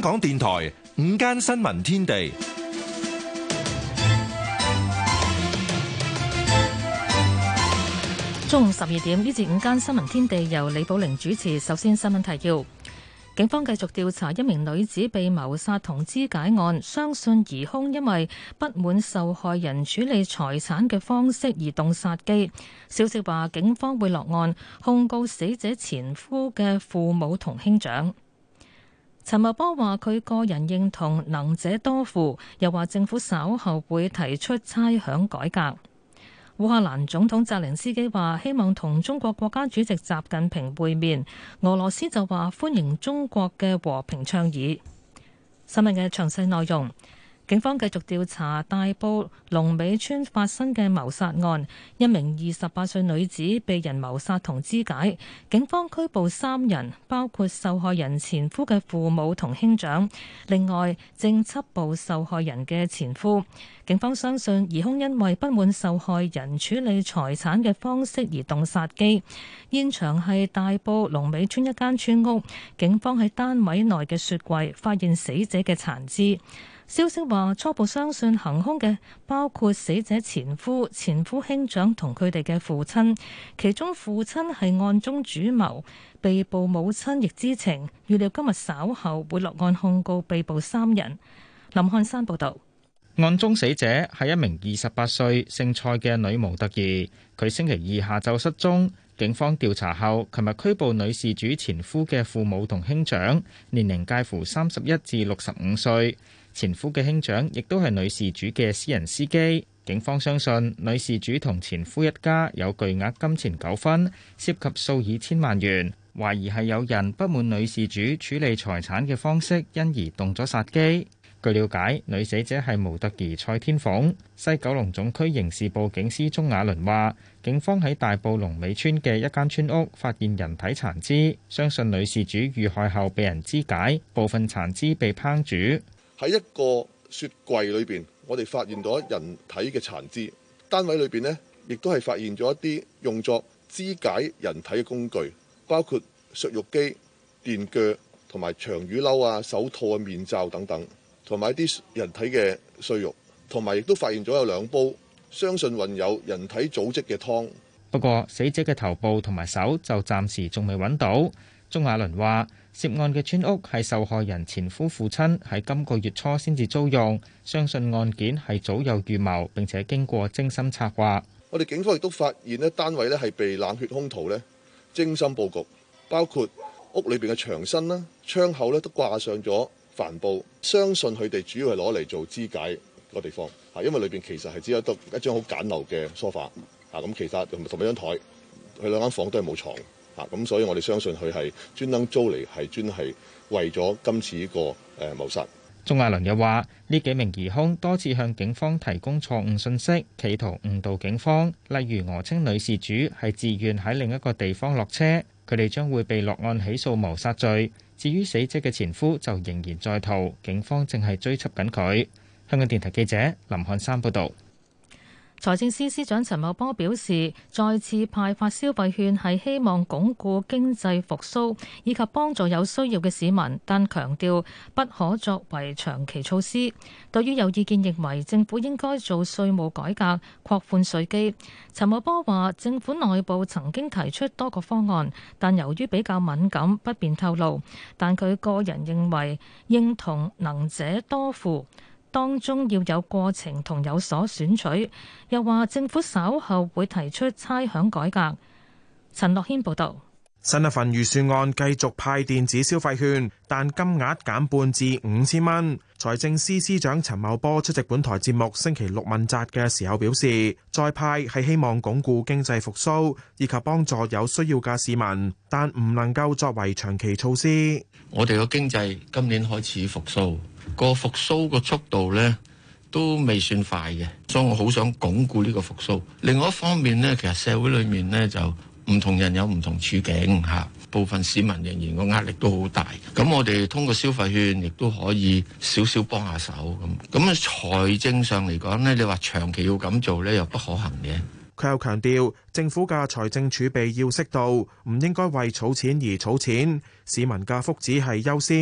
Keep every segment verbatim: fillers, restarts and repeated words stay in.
港電台午間新聞天地， 中午十二點，呢節午間新聞天地由李寶玲主持。首先新聞提要：警方繼續調查一名女子被謀殺同肢解案，相信疑兇因為不滿受害人處理財產嘅方式而動殺機。消息話，警方會落案控告死者前夫嘅父母同兄長。陳茂波話佢個人認同能者多付，又話政府稍後會提出差餉改革。烏克蘭總統澤連斯基話希望同中國國家主席習近平會面，俄羅斯就話歡迎中國嘅和平倡議。新聞嘅詳細內容。警方繼續調查大埔龍尾村發生嘅謀殺案，一名二十八歲女子被人謀殺同肢解，警方拘捕三人，包括受害人前夫嘅父母同兄長，另外正緝捕受害人嘅前夫。警方相信疑兇因為不滿受害人處理財產嘅方式而動殺機。現場係大埔龍尾村一間村屋，警方喺單位內嘅雪櫃發現死者嘅殘肢。消息話，初步相信行兇嘅包括死者前夫、前夫兄長同佢哋嘅父親，其中父親係案中主謀，被捕母親亦知情。預料今日稍後會落案控告被捕三人。林漢山報導。 案中死者係一名二十八歲姓蔡嘅女模特兒，佢星期二下晝失蹤。警方調查後，琴日拘捕女事主前夫嘅父母同兄長，年齡介乎三十一至六十五歲。前夫嘅兄長亦都係女事主嘅私人司機。警方相信女事主同前夫一家有巨額金錢糾紛，涉及數以千萬元，懷疑係有人不滿女事主處理財產嘅方式，因而動咗殺機。據了解，女死者係模特兒蔡天鳳。西九龍總區刑事部警司鍾雅倫話，警方喺大埔龍尾村嘅一間村屋發現人體殘肢，相信女事主遇害後被人肢解，部分殘肢被烹煮。 喺一個雪櫃裏邊，我哋發現到人體嘅殘肢。單位裏邊呢，亦都係發現咗一啲用作肢解人體嘅工具，包括削肉機、電鋸同埋長雨褸啊、手套啊、面罩等等，同埋一啲人體嘅碎肉，同埋亦都發現咗有兩煲相信混有人體組織嘅湯。 不過，死者嘅頭部同埋手就暫時仲未揾到。鍾雅倫話，涉案嘅村屋係受害人前夫父親喺今個月初先至租用，相信案件係早有預謀，並且經過精心策劃。 我哋警方亦都發現咧，單位咧係被冷血兇徒咧精心佈局，包括屋裏邊嘅牆身啦、窗口咧都掛上咗帆布，相信佢哋主要係攞嚟做肢解個地方嚇，因為裏邊其實係只有得一張好簡陋嘅梳化嚇，咁其他同埋一張台，佢兩間房都係冇床。咁所以我哋相信佢係專登租嚟，係專係為咗今次呢個誒謀殺。 鍾亞倫又話：呢幾名疑兇多次向警方提供錯誤信息，企圖誤導警方。例如訛稱女事主係自願喺另一個地方落車，佢哋將會被落案起訴謀殺罪。至於死者嘅前夫就仍然在逃，警方正係追緝緊佢。香港電台記者林漢山報導。 財政司司長陳茂波表示，再次派發消費券係希望鞏固經濟復甦以及幫助有需要嘅市民，但強調不可作為長期措施。對於有意見認為政府應該做稅務改革、擴寬稅基，陳茂波話政府內部曾經提出多個方案，但由於比較敏感，不便透露。但佢個人認為認同能者多付，當中要有過程同有所選取，又話政府稍後會提出差餉改革。陳樂軒報導。 新一份預算案繼續派電子消費券，但金額減半至五千蚊。財政司司長陳茂波出席本台節目星期六問責嘅時候表示，再派係希望鞏固經濟復甦以及幫助有需要嘅市民，但唔能夠作為長期措施。 我哋個經濟今年開始復甦。個復甦個速度呢都未算快嘅，所以我好想鞏固呢個復甦。另外一方面呢，其實社會裏面呢就唔同人有唔同處境嚇，部分市民仍然個壓力都好大。咁我哋通過消費券亦都可以少少幫下手咁。咁啊財政上嚟講呢，你話長期要咁做呢，又不可行嘅。 佢又強調，政府嘅財政儲備要適度，唔應該為儲錢而儲錢，市民嘅福祉係優先。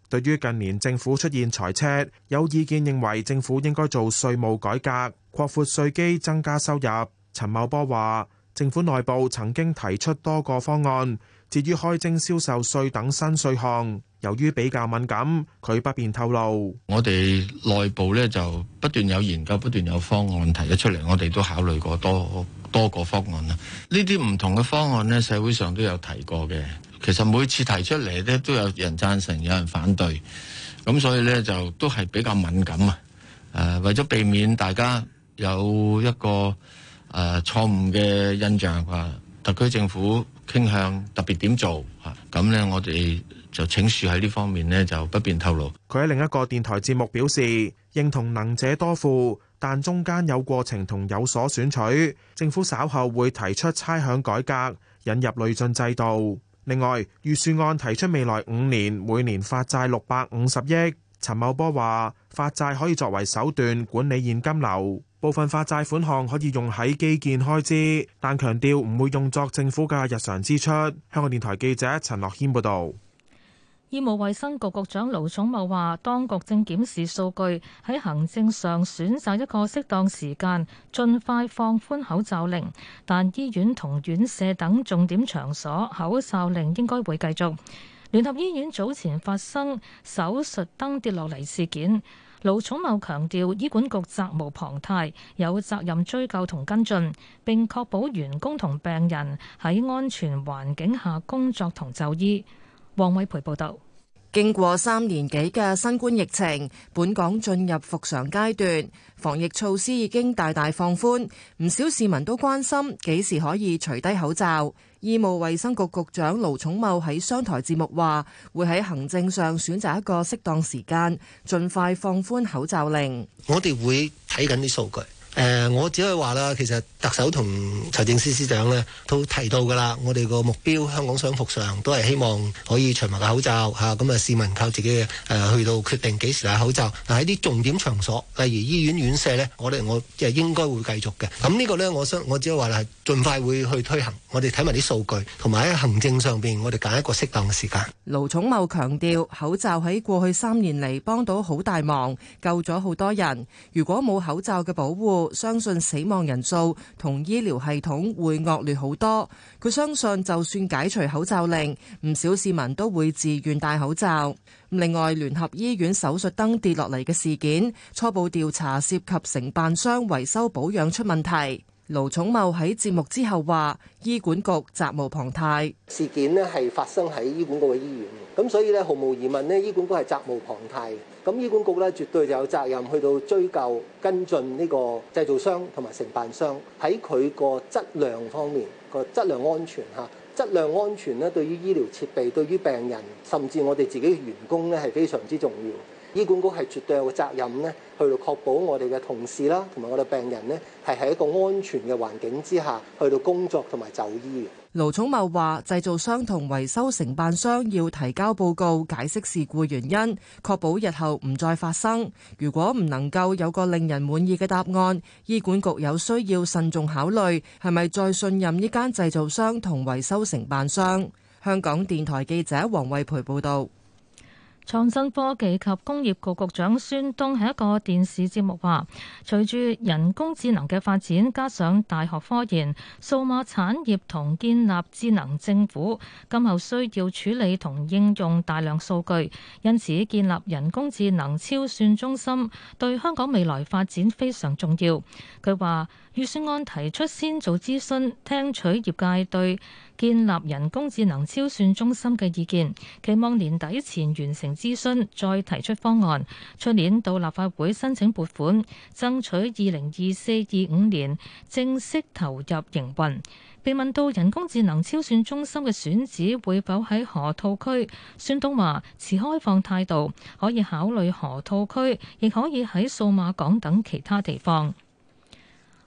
對於近年政府出現財赤，有意見認為政府應該做稅務改革，擴闊稅基，增加收入。陳茂波話：政府內部曾經提出多個方案，至於開徵銷售稅等新稅項，由於比較敏感，佢不便透露。 我哋內部咧就不斷有研究，不斷有方案提咗出嚟，我哋都考慮過多多個方案啦。呢啲唔同嘅方案呢，社會上都有提過嘅。其實每次提出嚟呢，都有人贊成，有人反對，咁所以呢，就都係比較敏感啊。誒、呃，為咗避免大家有一個誒錯誤嘅印象，話特區政府傾向特別點做嚇，咁呢，我哋就請恕喺呢方面呢，就不便透露。 佢喺另一個電台節目表示，認同能者多付，但中間有過程同有所選取。政府稍後會提出差餉改革，引入累進制度。另外，預算案提出未來五年每年發債六百五十億。陳茂波話：發債可以作為手段管理現金流，部分發債款項可以用喺基建開支，但強調唔會用作政府嘅日常支出。香港電台記者陳樂軒報導。 醫務衛生局局長盧寵茂話，當局正檢視數據，喺行政上選擇一個適當時間，盡快放寬口罩令。但醫院同院舍等重點場所口罩令應該會繼續。聯合醫院早前發生手術燈跌落嚟事件，盧寵茂強調醫管局責無旁貸，有責任追究同跟進，並確保員工同病人喺安全環境下工作同就醫。黃偉培報道。 經過三年幾嘅新冠疫情，本港進入復常階段，防疫措施已經大大放寬，唔少市民都關心幾時可以除低口罩。醫務衛生局局長盧寵茂喺商台節目話，會喺行政上選擇一個適當時間，盡快放寬口罩令。 我哋會睇緊啲數據。誒、呃，我只可以話啦，其實特首同財政司司長呢都提到㗎啦，我哋個目標香港想復常，都係希望可以除埋個口罩嚇，咁啊市民靠自己嘅誒、呃、去到決定幾時戴口罩。但喺啲重點場所，例如醫院院舍呢，我哋我即係應該會繼續嘅。咁呢個呢，我想我只可以話係盡快會去推行。我哋睇埋啲數據，同埋喺行政上邊，我哋揀一個適當嘅時間。 盧寵茂強調，口罩喺過去三年嚟幫到好大忙，救咗好多人。如果冇口罩嘅保護，相信死亡人數同醫療系統會惡劣好多。佢相信就算解除口罩令，唔少市民都會自願戴口罩。另外，聯合醫院手術燈跌落嚟嘅事件，初步調查涉及承辦商維修保養出問題。盧寵茂喺節目之後話，醫管局責無旁貸。 事件呢係發生喺醫管局嘅醫院，咁所以呢，毫無疑問呢，醫管局係責無旁貸。咁醫管局呢，絕對就有責任去到追究跟進呢個製造商同埋承辦商喺佢個質量方面個質量安全嚇，質量安全呢，對於醫療設備、對於病人，甚至我哋自己嘅員工呢，係非常之重要。醫管局係絕對有個責任呢，去到確保我哋嘅同事啦，同埋我哋病人呢，係喺一個安全嘅環境之下，去到工作同埋就醫嘅。 盧寵茂話：製造商同維修承辦商要提交報告，解釋事故原因，確保日後唔再發生。如果唔能夠有個令人滿意嘅答案，醫管局有需要慎重考慮係咪再信任呢間製造商同維修承辦商。香港電台記者黃慧培報道。 創新科技及工業局局長孫東喺一個電視節目話，隨住人工智能嘅發展，加上大學科研、數碼產業同建立智能政府，今後需要處理同應用大量數據，因此建立人工智能超算中心對香港未來發展非常重要。佢話預算案提出先做諮詢，聽取業界對建立人工智能超算中心嘅意見，期望年底前完成諮詢，再提出方案，出年到立法會申請撥款，爭取二零二四、二五年正式投入營運。被問到人工智能超算中心嘅選址會否喺河套區，孫東話持開放態度，可以考慮河套區，亦可以喺數碼港等其他地方。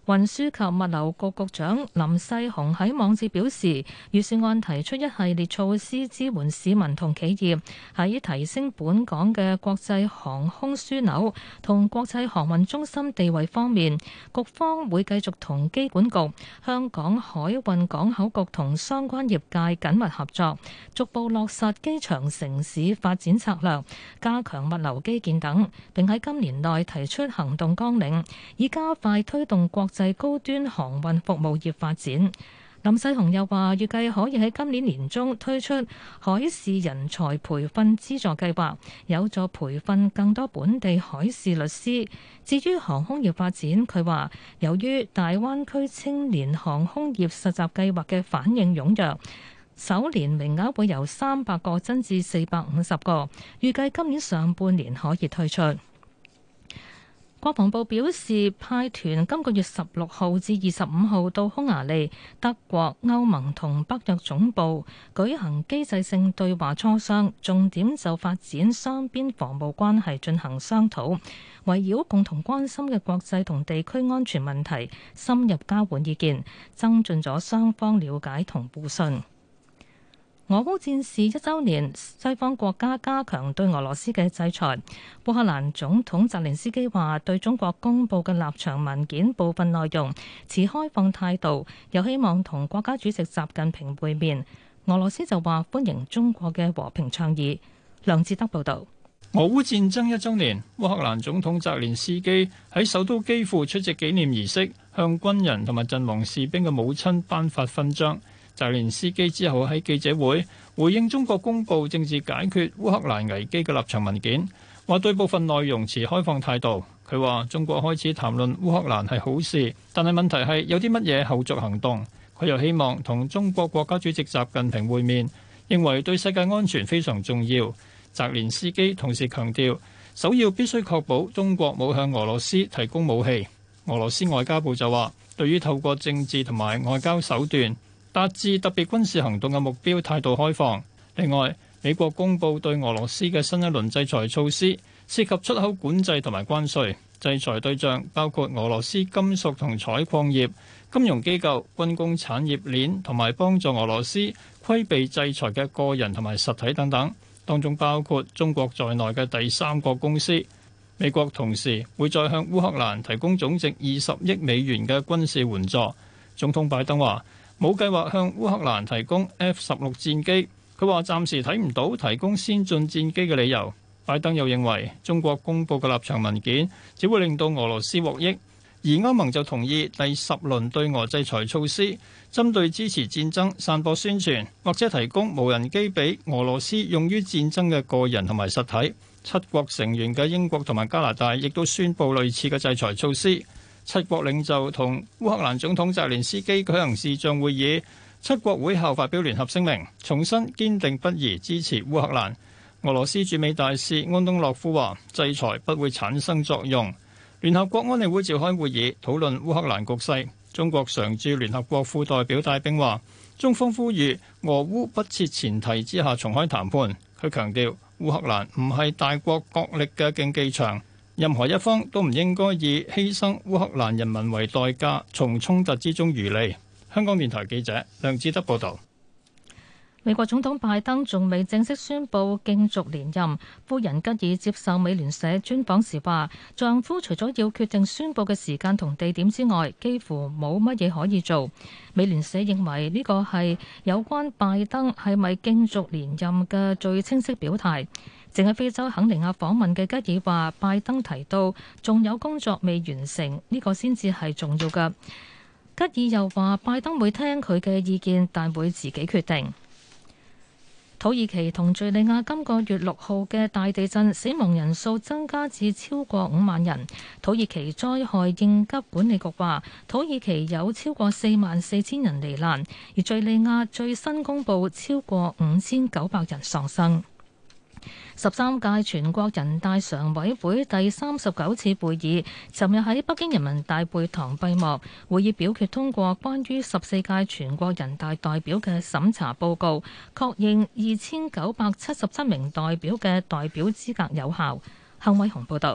運輸及物流局局長林世雄喺網誌表示，預算案提出一系列措施支援市民同企業，喺提升本港嘅國際航空樞紐同國際航運中心地位方面，局方會繼續同機管局、香港海運港口局同相關業界緊密合作，逐步落實機場城市發展策略，加強物流基建等，並喺今年內提出行動綱領，以加快推動國際高端航運服務業發展。林世雄又話，預計可以喺今年年中推出海事人才培訓資助計劃，有助培訓更多本地海事律師。至於航空業發展，佢話由於大灣區青年航空業實習計劃嘅反應踴躍，首年名額會由三百個增至四百五十個，預計今年上半年可以推出。國防部表示，派團今個月十六號至二十五號到匈牙利、德國、歐盟同北約總部舉行機制性對話磋商，重點就發展雙邊防務關係進行商討，圍繞共同關心嘅國際同地區安全問題深入交換意見，增進咗雙方了解同互信。俄烏戰事一週年，西方國家加強對俄羅斯嘅制裁。烏克蘭總統澤連斯基話，對中國公佈嘅立場文件部分內容持開放態度，又希望同國家主席習近平會面。俄羅斯就話歡迎中國嘅和平倡議。梁志德報導。 俄烏戰爭一週年，烏克蘭總統澤連斯基喺首都基輔出席紀念儀式，向軍人同埋陣亡士兵嘅母親頒發勳章。澤連斯基之後喺記者會回應中國公佈政治解決烏克蘭危機嘅立場文件，話對部分內容持開放態度。佢話中國開始談論烏克蘭係好事，但係問題係有啲乜嘢後續行動。佢又希望同中國國家主席習近平會面，認為對世界安全非常重要。澤連斯基同時強調，首要必須確保中國冇向俄羅斯提供武器。俄羅斯外交部就話，對於透過政治同埋外交手段達至特別軍事行動嘅目標態度開放。另外，美國公布對俄羅斯嘅新一輪制裁措施，涉及出口管制同埋關稅。制裁對象包括俄羅斯金屬同採礦業、金融機構、軍工產業鏈同埋幫助俄羅斯規避制裁嘅個人同埋實體等等，當中包括中國在內嘅第三國公司。美國同時會再向烏克蘭提供總值二十億美元嘅軍事援助。總統拜登話冇計劃向烏克蘭提供 F 十六戰機，佢話暫時睇唔到提供先進戰機嘅理由。拜登又認為中國公佈嘅立場文件只會令到俄羅斯獲益，而歐盟就同意第十輪對俄制裁措施，針對支持戰爭、散播宣傳或者提供無人機俾俄羅斯用於戰爭嘅個人同埋實體。七國成員嘅英國同埋加拿大亦都宣布類似嘅制裁措施。七國領袖同烏克蘭總統澤連斯基舉行視像會議，七國會後發表聯合聲明，重申堅定不移支持烏克蘭。俄羅斯駐美大使安東諾夫話：制裁不會產生作用。聯合國安理會召開會議討論烏克蘭局勢。中國常駐聯合國副代表戴兵話：中方呼籲俄烏不設前提之下重開談判。佢強調烏克蘭唔係大國角力嘅競技場。任何一方都唔應該以犧牲烏克蘭人民為代價，從衝突之中漁利。香港電台記者梁志德報道。 美國總統拜登仲未正式宣布競逐連任，夫人吉爾接受美聯社專訪時話，丈夫除咗要決定宣布嘅時間同地點之外，幾乎冇乜嘢可以做。美聯社認為呢個係有關拜登係咪競逐連任嘅最清晰表態。正喺非洲肯尼亞訪問嘅吉爾話，拜登提到仲有工作未完成，呢個先至係重要嘅。吉爾又話，拜登會聽佢嘅意見，但會自己決定。土耳其同敘利亞今個月六號嘅大地震，死亡人數增加至超過五萬人。土耳其災害應急管理局話，土耳其有超過四萬四千人罹難，而敘利亞最新公布超過五千九百人喪生。十三屆全國人大常委會第三十九次會議尋日喺北京人民大會堂閉幕，會議表決通過關於十四屆全國人大代表嘅審查報告，確認二千九百七十七名代表嘅代表資格有效。向偉雄報導。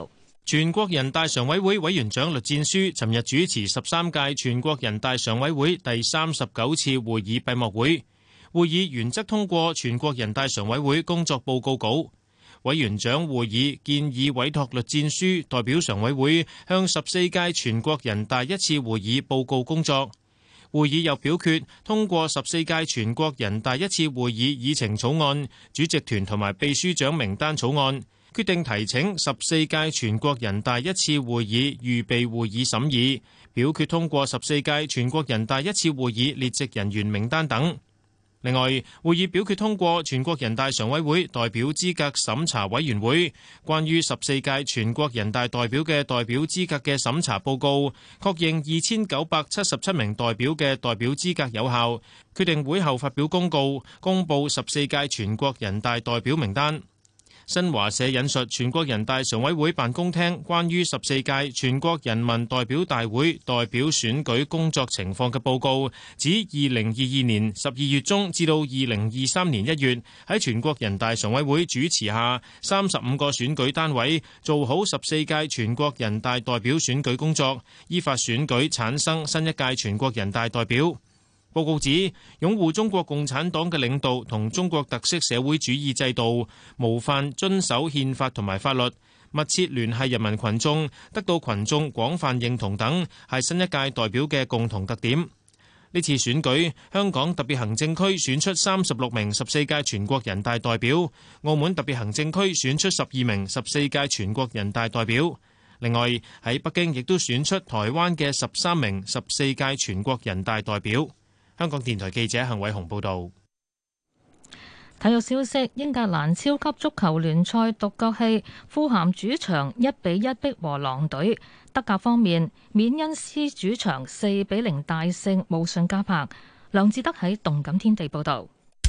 全國人大常委會委員長栗戰書尋日主持十三屆全國人大常委會第三十九次會議閉幕會，會議原則通過全國人大常委會工作報告稿。委員長會議建議委託栗戰書代表常委會向十四屆全國人大一次會議報告工作。會議又表決通過十四屆全國人大一次會議議程草案、主席團同埋秘書長名單草案，決定提請十四屆全國人大一次會議預備會議審議，表決通過十四屆全國人大一次會議列席人員名單等。另外，會議表決通過全國人大常委會代表資格審查委員會關於十四屆全國人大代表嘅代表資格嘅審查報告，確認二千九百七十七名代表嘅代表資格有效，決定會後發表公告，公佈十四屆全國人大代表名單。新華社引述全國人大常委會辦公廳關於十四屆全國人民代表大會代表選舉工作情況嘅報告，指二零二二年十二月中至到二零二三年一月，喺全國人大常委會主持下，三十五個選舉單位做好十四屆全國人大代表選舉工作，依法選舉產生新一屆全國人大代表。報告指，擁護中國共產黨嘅領導同中國特色社會主義制度，模範遵守憲法同埋法律，密切聯繫人民群眾，得到群眾廣泛認同等，係新一屆代表嘅共同特點。呢次選舉，香港特別行政區選出三十六名十四屆全國人大代表，澳門特別行政區選出十二名十四屆全國人大代表。另外，喺北京亦都選出台灣嘅十三名十四屆全國人大代表。香港電台記者幸偉雄報道。 體育消息：英格蘭超級足球聯賽獨腳戲，富咸主場一比一逼和狼隊。德甲方面，緬恩斯主場四比零大勝慕遜加柏。梁志德喺動感天地報道。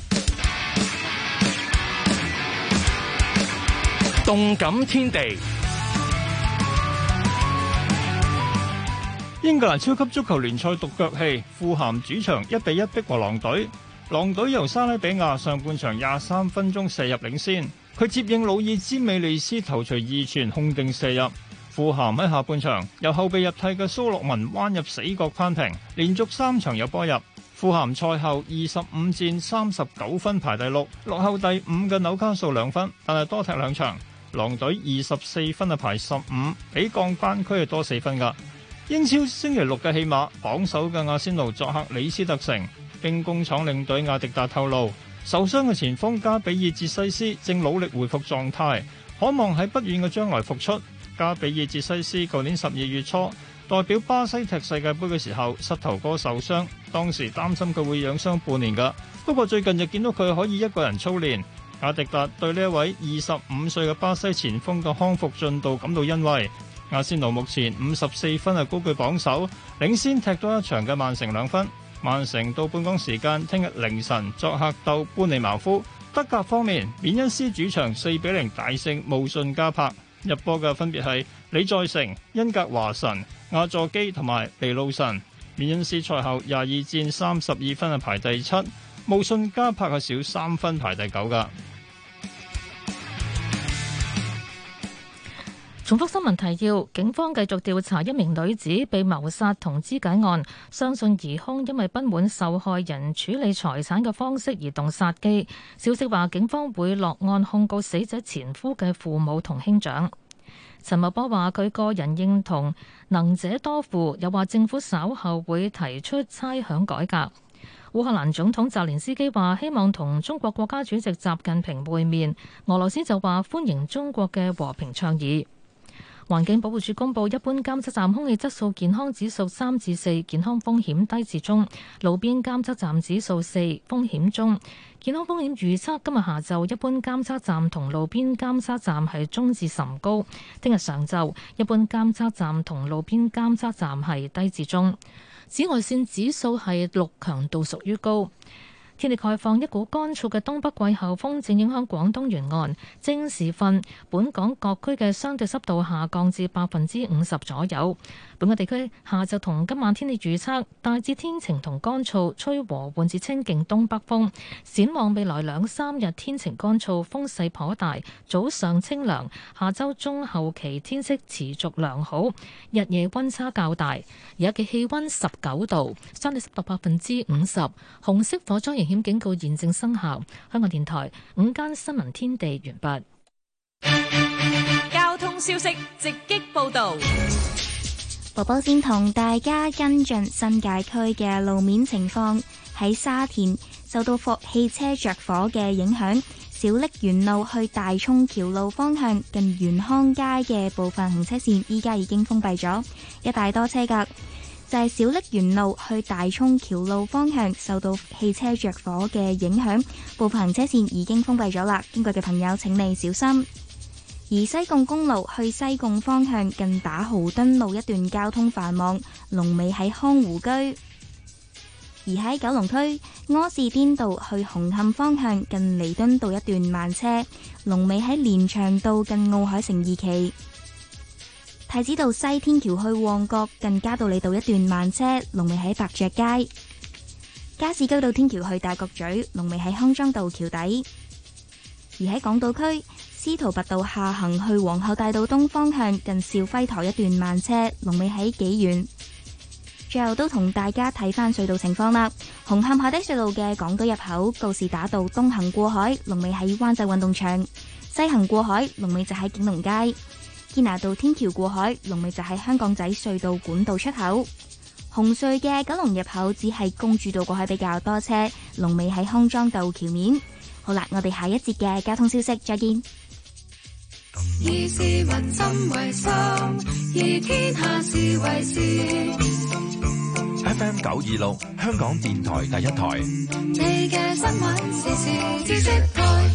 動感天地。英格蘭超級足球聯賽獨腳戲，富咸主場一比一逼和狼隊。狼隊由莎拉比亞上半場廿三分鐘射入領先，佢接應魯爾茲美利斯頭槌二傳控定射入。富咸喺下半場由後備入替嘅蘇洛文彎入死角扳平，連續三場有波入。富咸賽後二十五戰三十九分排第六，落後第五嘅紐卡素兩分，但係多踢兩場。狼隊二十四分啊排十五，比降班區係多四分㗎。英超星期六嘅戲碼，榜首嘅阿仙奴作客李斯特城。兵工廠領隊亞迪達透露，受傷嘅前鋒加比爾捷西斯正努力恢復狀態，可望喺不遠嘅將來復出。加比爾捷西斯舊年十二月初代表巴西踢世界盃嘅時候膝頭哥受傷，當時擔心佢會養傷半年㗎。不過最近就見到佢可以一個人操練。亞迪達對呢一位二十五歲嘅巴西前鋒嘅康復進度感到欣慰。阿仙奴目前五十四分係高居榜首，領先踢多一場嘅曼城兩分。曼城到本港時間聽日凌晨作客鬥般尼茅夫。德甲方面，緬恩斯主場四比零大勝慕遜加柏，入波嘅分別係李在成、恩格華神、亞佐基同埋利路神。緬恩斯賽後廿二戰三十二分係排第七，慕遜加柏係少三分排第九㗎。 重複新聞提要：警方繼續調查一名女子被謀殺同肢解案，相信疑兇因為不滿受害人處理財產嘅方式而動殺機。消息話，警方會落案控告死者前夫嘅父母同兄長。陳茂波話：佢個人認同能者多付，又話政府稍後會提出差餉改革。烏克蘭總統澤連斯基話：希望同中國國家主席習近平會面。俄羅斯就話歡迎中國嘅和平倡議。環境保護署公布，一般監測站空氣質素健康指數三至四，健康風險低至中；路邊監測站指數四，風險中。健康風險預測今日下晝一般監測站同路邊監測站係中至甚高，聽日上晝一般監測站同路邊監測站係低至中。紫外線指數係六，強度屬於高。 天氣概況，一股乾燥嘅東北季候風正影響廣東沿岸。正時分，本港各區嘅相對濕度下降至百分之五十左右。本港地區下晝同今晚天氣預測大致天晴同乾燥，吹和緩至清勁東北風。展望未來兩三日天晴乾燥，風勢頗大，早上清涼。下週中後期天色持續良好，日夜溫差較大。而家嘅氣溫十九度，相對濕度百分之五十，紅色火災危險警告現正生效。香港電台午間新聞天地完畢。 交通消息直擊報道。 寶寶先同大家跟進新界區嘅路面情況。喺沙田受到貨汽車着火嘅影響，小瀝源路去大涌橋路方向近元康街嘅部分行車線依家已經封閉咗，一大多車噶。就係小瀝源路去大涌橋路方向受到汽車着火嘅影響，部分行車線已經封閉咗啦，經過嘅朋友請你小心。而西貢公路去西貢方向近打豪敦路一段交通繁忙，龍尾喺康湖居。而喺九龍區柯士甸道去紅磡方向近彌敦道一段慢車，龍尾喺連翔道近奧海城二期。太子道西天橋去旺角近嘉道理道一段慢車，龍尾喺白雀街。加士居道天橋去大角咀，龍尾喺康莊道橋底。而喺港島區司徒拔道下行去皇后大道東方向近兆輝台一段慢車，龍尾喺紀元。最後都同大家睇翻隧道情況啦。紅磡海底隧道嘅港島入口告士打道東行過海，龍尾喺灣仔運動場；西行過海，龍尾就喺景隆街。堅拿道天橋過海，龍尾就喺香港仔隧道管道出口。紅隧嘅九龍入口只係公主道過海比較多車，龍尾喺康莊道橋面。好啦，我哋下一節嘅交通消息再見。 以市民心為心，以天下事為事。 F M 九二六，香港電台第一台。 你嘅新聞時事知識台。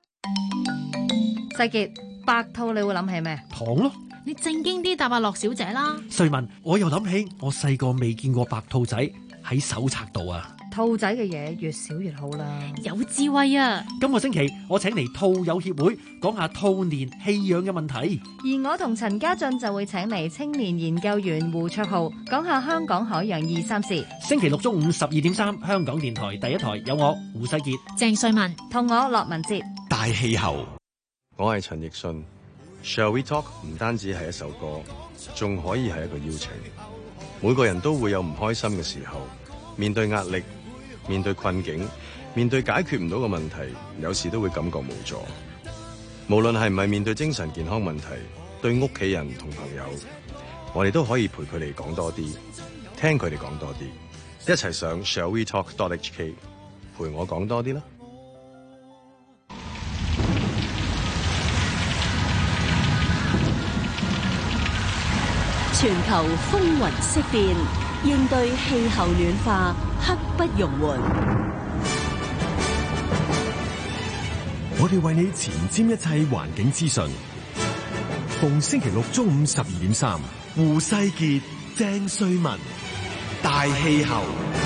世傑，白兔你會諗起咩？ 糖咯。 你正經啲答阿樂小姐啦。 瑞文，我又諗起我細個未見過白兔仔喺手冊度啊。 兔仔嘅嘢越少越好啦，有智慧啊！ 今個星期我請嚟兔友協會講下兔年棄養嘅問題， 而我同陳家俊就會請嚟青年研究員胡卓浩講下香港海洋二三事。 星期六中午十二點三，香港電台第一台有我胡世傑、 鄭瑞文同我駱文哲。 大氣候， 我係陳奕迅。Shall We Talk 唔單止係一首歌，仲可以係一個邀請。每個人都會有唔開心嘅時候，面對壓力，面對困境，面對解決唔到嘅問題，有時都會感覺無助。無論係唔係面對精神健康問題，對屋企人同朋友，我哋都可以陪佢哋講多啲，聽佢哋講多啲，一齊上 shall we talk dot h k 陪我講多啲啦。 全球風雲色變，應對氣候暖化刻不容緩。 我哋為你前瞻一切環境資訊，逢星期六中午十二點三，胡世傑、鄭瑞文，大氣候。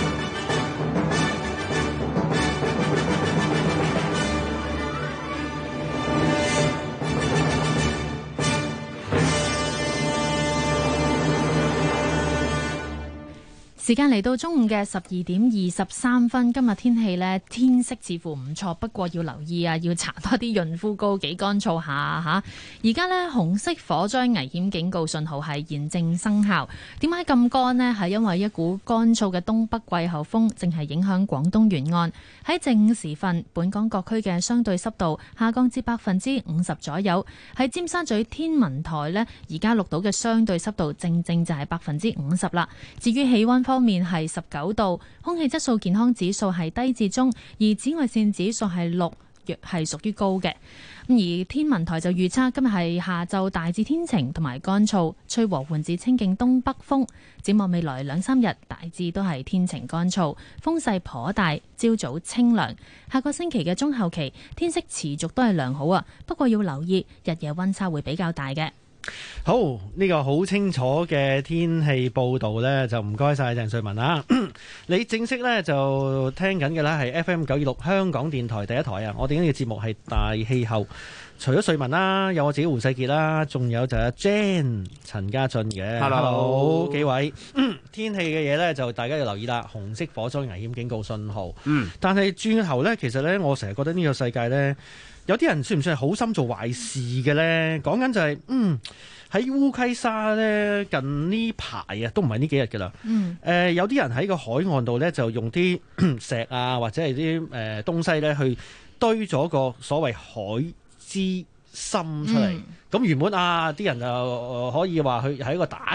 時間嚟到中午嘅十二點二十三分，今日天氣呢，天色似乎唔錯，不過要留意啊，要搽多啲潤膚膏，幾乾燥下吓。而家呢，紅色火災危險警告信號係現正生效。點解咁乾呢？係因為一股乾燥嘅東北季候風正係影響廣東沿岸。喺正午時分，本港各區嘅相對濕度下降至百分之五十左右。喺尖沙咀天文台呢，而家錄到嘅相對濕度正正就係百分之五十啦。至於氣溫方面係十九度，空氣質素健康指數係低至中，而紫外線指數係六，亦係屬於高嘅。而天文台就預測今日係下晝大致天晴同埋乾燥，吹和緩至清勁東北風。展望未來兩三日，大致都係天晴乾燥，風勢頗大，朝早清涼。下個星期嘅中後期天色持續都係良好啊，不過要留意日夜溫差會比較大嘅。 好，呢、這個好清楚嘅天氣報道呢，就唔該晒鄭瑞文啦。你正式呢，就聽緊嘅啦，係 F M 九二六香港電台第一台啊！我哋呢個節目係大氣候，除咗瑞文啦，有我自己胡世傑啦，仲有就係 Jan 陳家俊嘅。Hello， 幾位。嗯、天氣嘅嘢呢，就大家要留意啦，紅色火災危險警告信號。嗯，但係轉頭呢，其實呢，我成日覺得呢個世界呢，有啲人算唔算係好心做壞事嘅呢？講緊就係、是、嗯。喺烏溪沙咧，近呢排啊，都唔係呢幾日㗎啦。嗯。誒、呃，有啲人喺個海岸度咧，就用啲石啊，或者係啲誒東西咧，去堆咗個所謂海之心出嚟。咁、嗯、原本啊，啲人就可以話佢係一個打